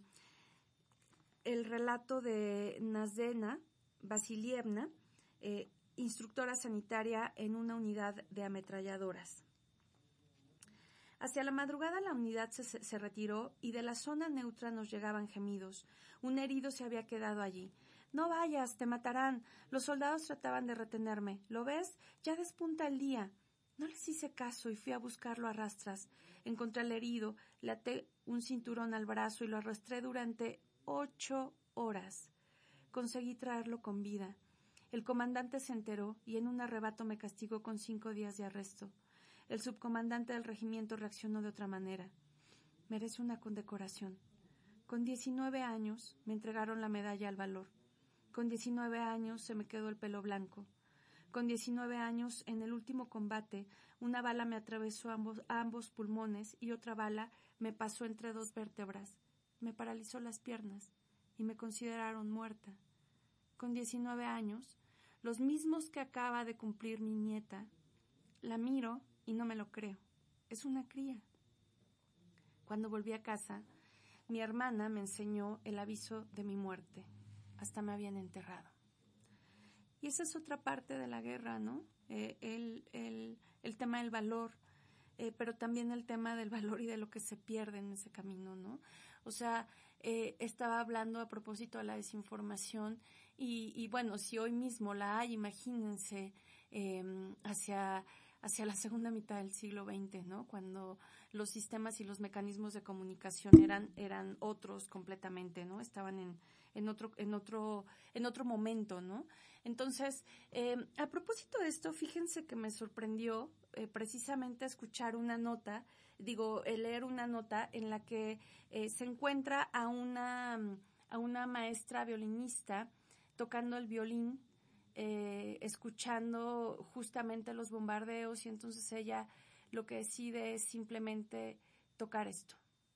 el relato de Nazdena Vasilievna, eh, instructora sanitaria en una unidad de ametralladoras. Hacia la madrugada la unidad se, se retiró y de la zona neutra nos llegaban gemidos. Un herido se había quedado allí. «No vayas, te matarán». Los soldados trataban de retenerme. «¿Lo ves? Ya despunta el día». No les hice caso y fui a buscarlo a rastras. Encontré al herido, le até un cinturón al brazo y lo arrastré durante ocho horas. Conseguí traerlo con vida. El comandante se enteró y en un arrebato me castigó con cinco días de arresto. El subcomandante del regimiento reaccionó de otra manera. Merece una condecoración. Con diecinueve años me entregaron la medalla al valor. Con diecinueve años se me quedó el pelo blanco. Con diecinueve años, en el último combate, una bala me atravesó ambos, ambos pulmones y otra bala me pasó entre dos vértebras. Me paralizó las piernas y me consideraron muerta. Con diecinueve años, los mismos que acaba de cumplir mi nieta, la miro y no me lo creo. Es una cría. Cuando volví a casa, mi hermana me enseñó el aviso de mi muerte. Hasta me habían enterrado. Y esa es otra parte de la guerra, ¿no? Eh, el, el, el tema del valor, eh, pero también el tema del valor y de lo que se pierde en ese camino, ¿no? O sea, eh, estaba hablando a propósito de la desinformación y, y bueno, si hoy mismo la hay, imagínense eh, hacia, hacia la segunda mitad del siglo veinte, ¿no? Cuando los sistemas y los mecanismos de comunicación eran, eran otros completamente, ¿no? Estaban en, en otro, en otro, en otro momento, ¿no? Entonces, eh, a propósito de esto, fíjense que me sorprendió eh, precisamente escuchar una nota, digo, eh, leer una nota en la que eh, se encuentra a una, a una maestra violinista tocando el violín eh, escuchando justamente los bombardeos, y entonces ella lo que decide es simplemente tocar esto.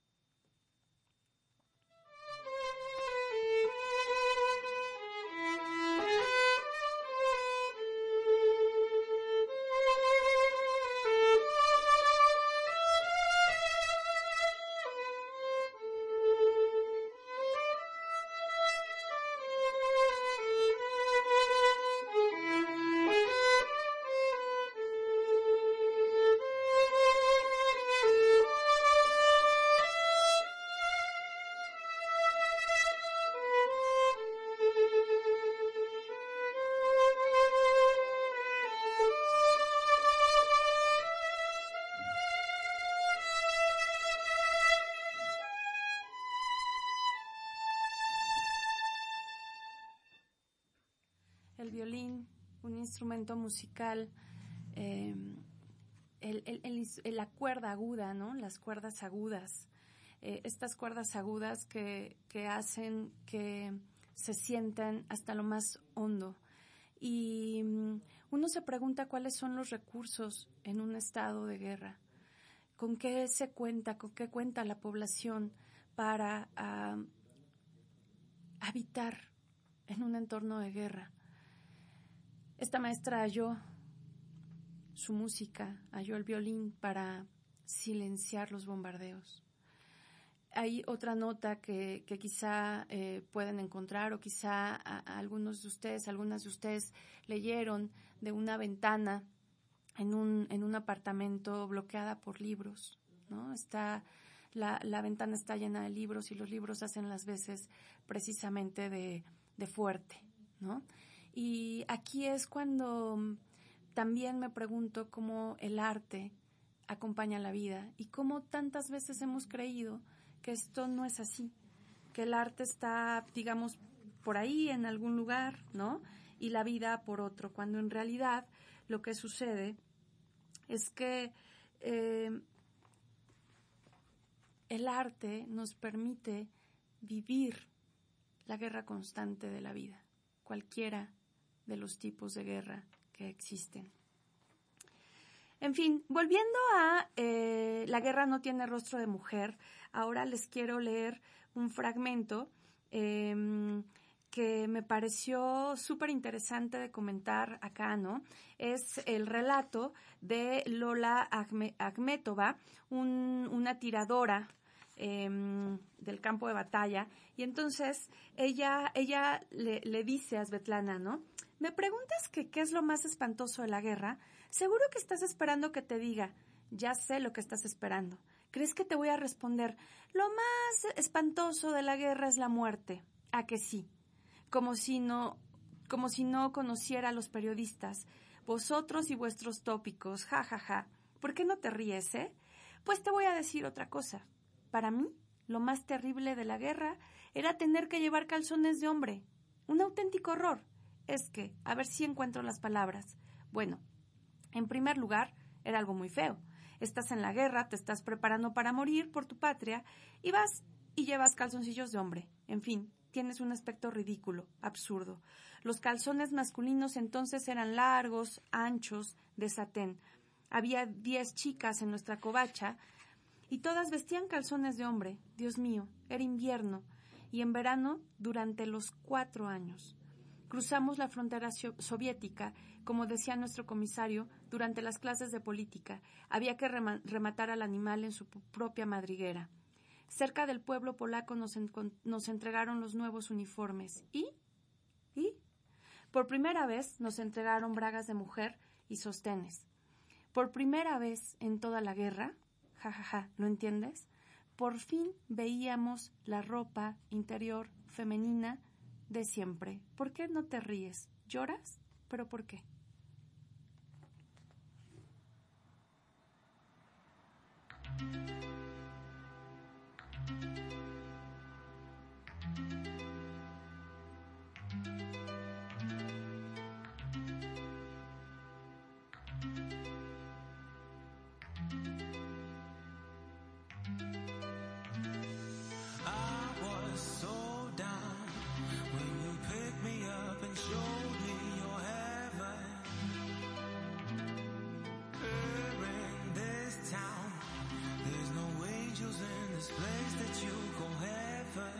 El violín, un instrumento musical, eh, el, el, el, la cuerda aguda, ¿no? Las cuerdas agudas, eh, estas cuerdas agudas que, que hacen que se sientan hasta lo más hondo. Y um, uno se pregunta cuáles son los recursos en un estado de guerra, con qué se cuenta, con qué cuenta la población para uh, habitar en un entorno de guerra. Esta maestra halló su música, halló el violín para silenciar los bombardeos. Hay otra nota que, que quizá eh, pueden encontrar, o quizá a, a algunos de ustedes, algunas de ustedes leyeron, de una ventana en un, en un apartamento bloqueada por libros, ¿no? Está, la, la ventana está llena de libros, y los libros hacen las veces precisamente de, de fuerte, ¿no? Y aquí es cuando también me pregunto cómo el arte acompaña la vida, y cómo tantas veces hemos creído que esto no es así, que el arte está, digamos, por ahí en algún lugar, ¿no? Y la vida por otro, cuando en realidad lo que sucede es que eh, el arte nos permite vivir la guerra constante de la vida, cualquiera de los tipos de guerra que existen. En fin, volviendo a eh, La guerra no tiene rostro de mujer, ahora les quiero leer un fragmento eh, que me pareció súper interesante de comentar acá, ¿no? Es el relato de Lola Akhmetova, un, una tiradora eh, del campo de batalla, y entonces ella, ella le, le dice a Svetlana, ¿no? ¿Me preguntas que qué es lo más espantoso de la guerra? Seguro que estás esperando que te diga. Ya sé lo que estás esperando. ¿Crees que te voy a responder? Lo más espantoso de la guerra es la muerte. ¿A que sí? Como si no, como si no conociera a los periodistas. Vosotros y vuestros tópicos, ja, ja, ja. ¿Por qué no te ríes, eh? Pues te voy a decir otra cosa. Para mí, lo más terrible de la guerra era tener que llevar calzones de hombre. Un auténtico horror. Es que, a ver si encuentro las palabras. Bueno, en primer lugar, era algo muy feo. Estás en la guerra, te estás preparando para morir por tu patria, y vas y llevas calzoncillos de hombre. En fin, tienes un aspecto ridículo, absurdo. Los calzones masculinos entonces eran largos, anchos, de satén. Había diez chicas en nuestra covacha, y todas vestían calzones de hombre. Dios mío, era invierno, y en verano durante los cuatro años. Cruzamos la frontera soviética, como decía nuestro comisario, durante las clases de política. Había que rema- rematar al animal en su p- propia madriguera. Cerca del pueblo polaco nos, en- nos entregaron los nuevos uniformes. ¿Y? ¿Y? Por primera vez nos entregaron bragas de mujer y sostenes. Por primera vez en toda la guerra, jajaja, ja, ja, ¿lo entiendes? Por fin veíamos la ropa interior femenina de siempre. ¿Por qué no te ríes? ¿Lloras? ¿Pero por qué? Showed me your this place that you call heaven.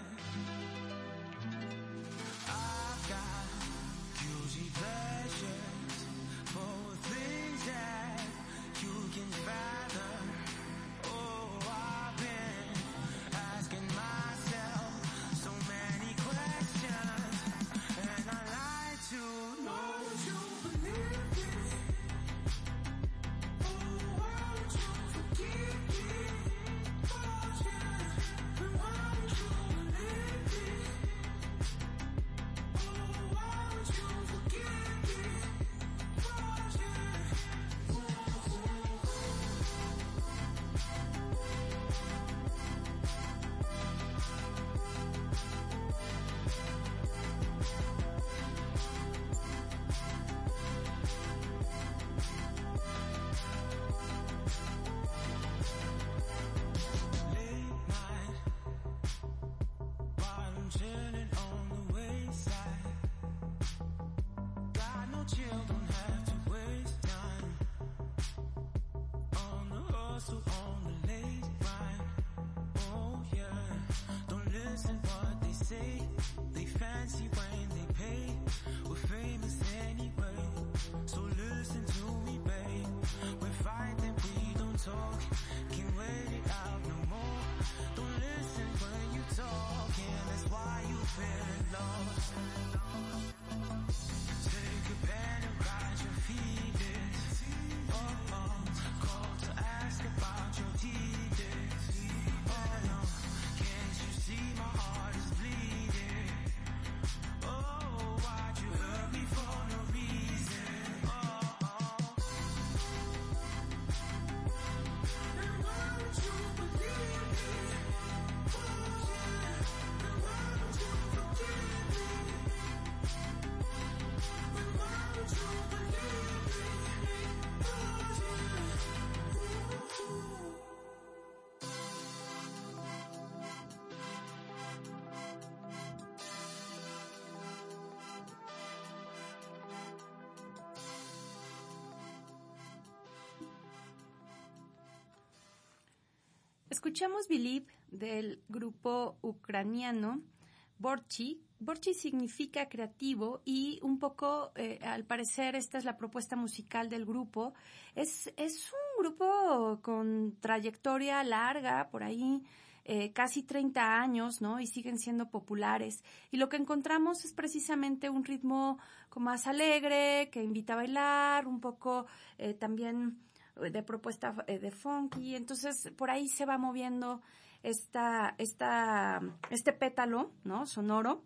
I've got guilty pleasures for things that you can fathom. Oh, I've been asking myself so many questions, and I like to know what you believe in. Oh, why don't you forgive me? Oh, yeah. And why don't you believe me? Oh, why don't you forgive me? Oh, yeah. Ooh, ooh. Late night, while I'm chilling on the wayside. Got no chill, don't have to waste time. On the hustle, on the late grind. Oh yeah, don't listen what they say. They fancy when they pay. We're famous anyway, so listen to me, babe. We're fighting, we don't talk. Can't wait it out no more. Don't listen when you talk, and that's why you feel lost. Take a pen and write your feelings. Oh, oh, call to ask about your deeds. Oh no, can't you see my heart is bleeding? Oh, why'd you hurt me for no reason? Oh, oh. And why don't you believe me? Oh yeah. And why don't you forgive me? And why don't you believe me? Oh yeah. Ooh, ooh. Escuchamos Believe del grupo ucraniano Borchi. Borchi significa creativo y un poco, eh, al parecer, esta es la propuesta musical del grupo. Es, es un grupo con trayectoria larga, por ahí eh, casi treinta años, ¿no? Y siguen siendo populares. Y lo que encontramos es precisamente un ritmo como más alegre, que invita a bailar, un poco eh, también de propuesta eh, de funky. Entonces, por ahí se va moviendo esta, esta, este pétalo, ¿no? Sonoro,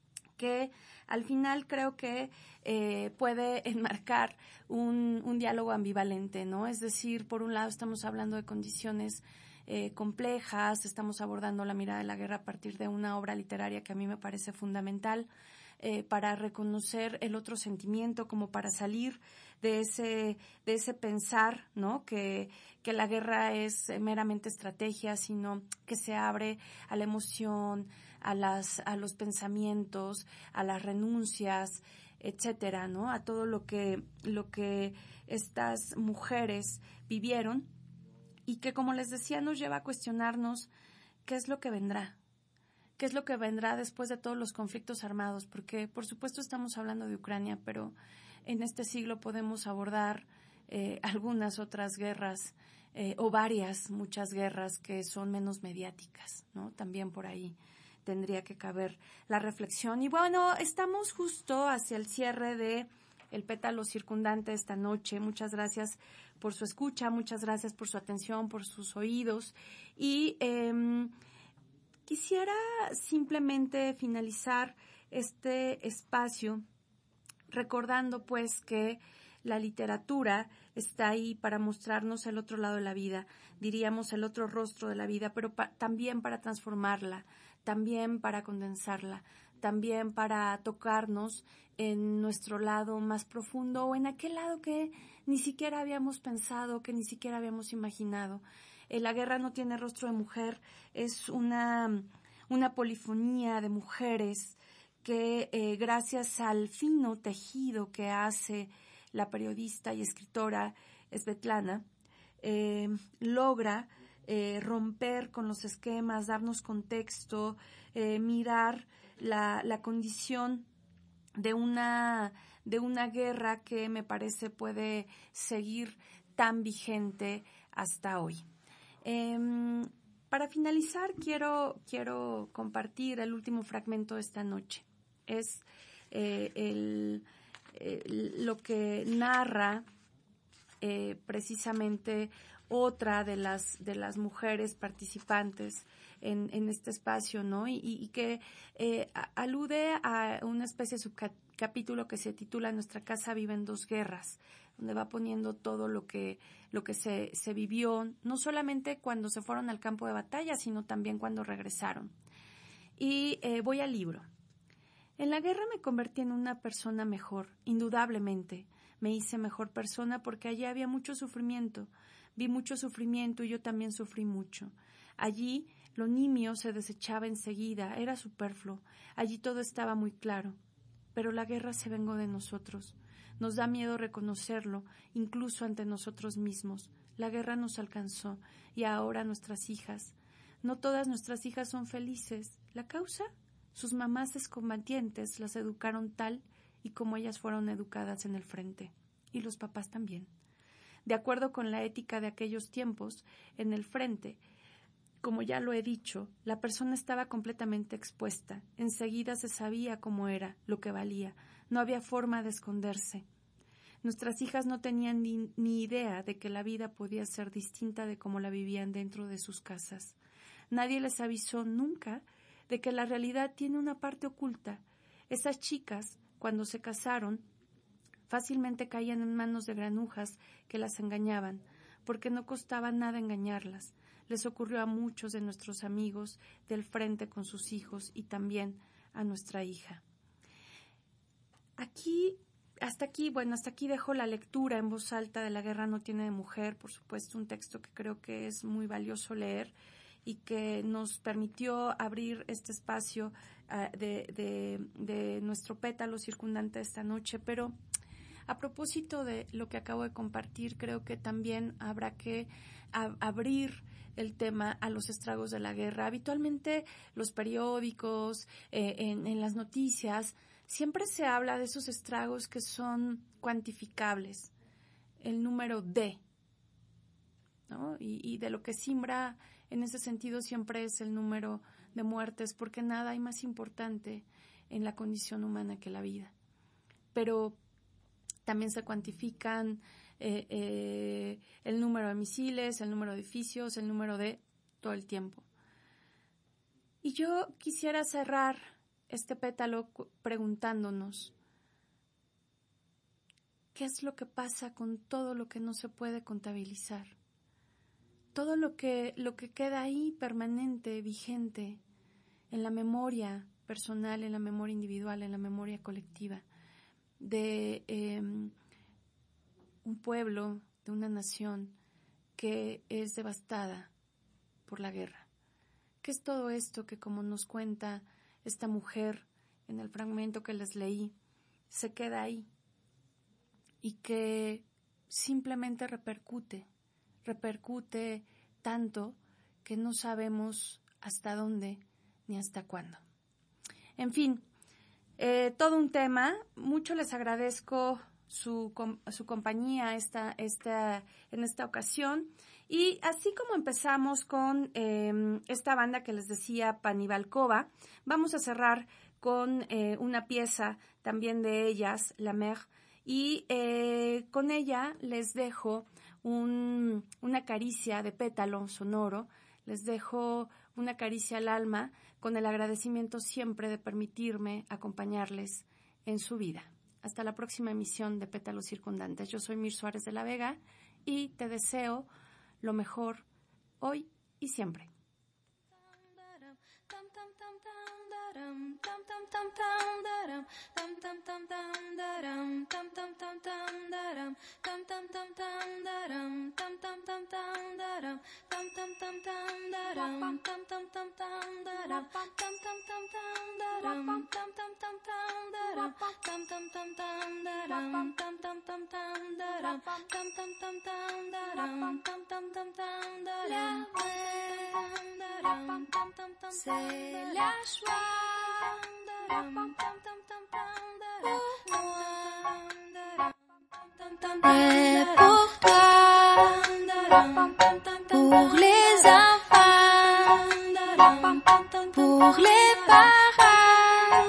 que al final creo que eh, puede enmarcar un, un diálogo ambivalente, ¿no? Es decir, por un lado estamos hablando de condiciones eh, complejas, estamos abordando la mirada de la guerra a partir de una obra literaria que a mí me parece fundamental eh, para reconocer el otro sentimiento, como para salir de ese, de ese pensar, ¿no? Que, que la guerra es meramente estrategia, sino que se abre a la emoción, a las, a los pensamientos, a las renuncias, etcétera, ¿no? A todo lo que, lo que estas mujeres vivieron y que, como les decía, nos lleva a cuestionarnos qué es lo que vendrá, qué es lo que vendrá después de todos los conflictos armados, porque por supuesto estamos hablando de Ucrania, pero en este siglo podemos abordar eh, algunas otras guerras eh, o varias, muchas guerras que son menos mediáticas, ¿no? También por ahí tendría que caber la reflexión. Y bueno, estamos justo hacia el cierre de El Pétalo Circundante esta noche. Muchas gracias por su escucha, muchas gracias por su atención, por sus oídos. Y eh, quisiera simplemente finalizar este espacio recordando pues que la literatura está ahí para mostrarnos el otro lado de la vida, diríamos el otro rostro de la vida, pero pa- también para transformarla, también para condensarla, también para tocarnos en nuestro lado más profundo o en aquel lado que ni siquiera habíamos pensado, que ni siquiera habíamos imaginado. Eh, la guerra no tiene rostro de mujer, es una, una polifonía de mujeres que eh, gracias al fino tejido que hace la periodista y escritora Svetlana, eh, logra eh, romper con los esquemas, darnos contexto, eh, mirar la, la condición de una, de una guerra que me parece puede seguir tan vigente hasta hoy. Eh, para finalizar, quiero, quiero compartir el último fragmento de esta noche. Es eh, el, el, lo que narra eh, precisamente otra de las, de las mujeres participantes en, en este espacio, ¿no? Y, y que eh, alude a una especie de subcapítulo que se titula Nuestra casa vive en dos guerras, donde va poniendo todo lo que, lo que se, se vivió, no solamente cuando se fueron al campo de batalla, sino también cuando regresaron. Y eh, voy al libro. En la guerra me convertí en una persona mejor, indudablemente. Me hice mejor persona porque allí había mucho sufrimiento. Vi mucho sufrimiento y yo también sufrí mucho. Allí lo nimio se desechaba enseguida, era superfluo. Allí todo estaba muy claro. Pero la guerra se vengó de nosotros. Nos da miedo reconocerlo, incluso ante nosotros mismos. La guerra nos alcanzó, y ahora nuestras hijas. No todas nuestras hijas son felices. ¿La causa? Sus mamás excombatientes las educaron tal y como ellas fueron educadas en el frente. Y los papás también. De acuerdo con la ética de aquellos tiempos, en el frente, como ya lo he dicho, la persona estaba completamente expuesta. Enseguida se sabía cómo era, lo que valía. No había forma de esconderse. Nuestras hijas no tenían ni, ni idea de que la vida podía ser distinta de cómo la vivían dentro de sus casas. Nadie les avisó nunca de que la realidad tiene una parte oculta. Esas chicas, cuando se casaron, fácilmente caían en manos de granujas que las engañaban, porque no costaba nada engañarlas. Les ocurrió a muchos de nuestros amigos del frente con sus hijos y también a nuestra hija. Aquí, hasta aquí, bueno, hasta aquí dejo la lectura en voz alta de La guerra no tiene de mujer, por supuesto, un texto que creo que es muy valioso leer y que nos permitió abrir este espacio uh, de, de, de nuestro pétalo circundante esta noche, pero a propósito de lo que acabo de compartir, creo que también habrá que a, abrir el tema a los estragos de la guerra. Habitualmente los periódicos, eh, en, en las noticias, siempre se habla de esos estragos que son cuantificables, el número de, ¿no? Y, y de lo que simbra en ese sentido siempre es el número de muertes, porque nada hay más importante en la condición humana que la vida. Pero también se cuantifican eh, eh, el número de misiles, el número de edificios, el número de todo el tiempo. Y yo quisiera cerrar este pétalo preguntándonos, ¿qué es lo que pasa con todo lo que no se puede contabilizar? Todo lo que, lo que queda ahí permanente, vigente, en la memoria personal, en la memoria individual, en la memoria colectiva, de eh, un pueblo, de una nación que es devastada por la guerra. ¿Qué es todo esto que, como nos cuenta esta mujer en el fragmento que les leí, se queda ahí y que simplemente repercute, repercute tanto que no sabemos hasta dónde ni hasta cuándo? En fin, Eh, todo un tema. Mucho les agradezco su, com, su compañía esta, esta, en esta ocasión. Y así como empezamos con eh, esta banda que les decía, Panibalcova, vamos a cerrar con eh, una pieza también de ellas, La Mer, y eh, con ella les dejo un, una caricia de pétalo sonoro, les dejo una caricia al alma, con el agradecimiento siempre de permitirme acompañarles en su vida. Hasta la próxima emisión de Pétalos Circundantes. Yo soy Mir Suárez de la Vega y te deseo lo mejor hoy y siempre. Dum C'est la joie et pour toi, pour les enfants, pour les parents,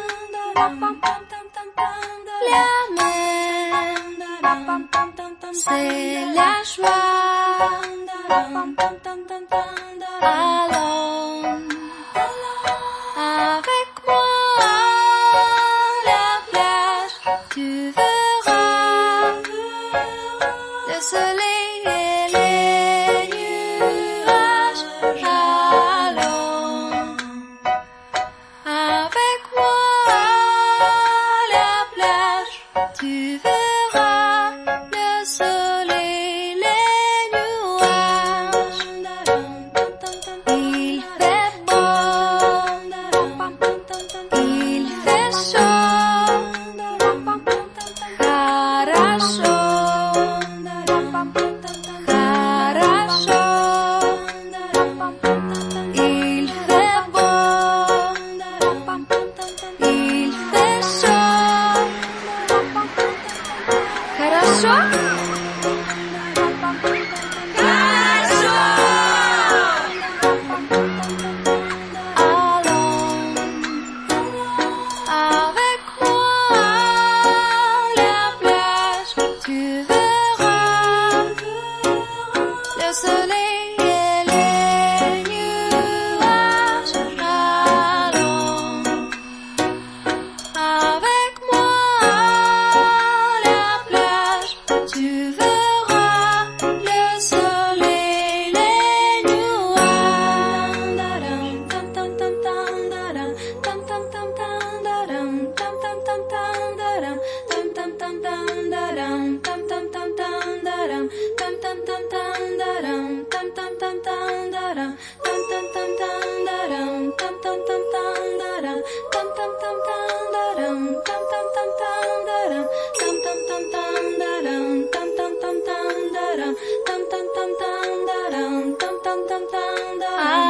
l'amour, c'est la joie. Allons avec moi à la plage, tu verras le soleil et les nuages. Allons avec moi à la plage, tu verras le soleil et les nuages. Il fait beau, il fait chaud, хорошо, хорошо. Il fait beau, il fait chaud, хорошо. Avec moi à la plage, tu verras le soleil et les nuages. Allons avec moi à la plage, tu verras le soleil et les nuages.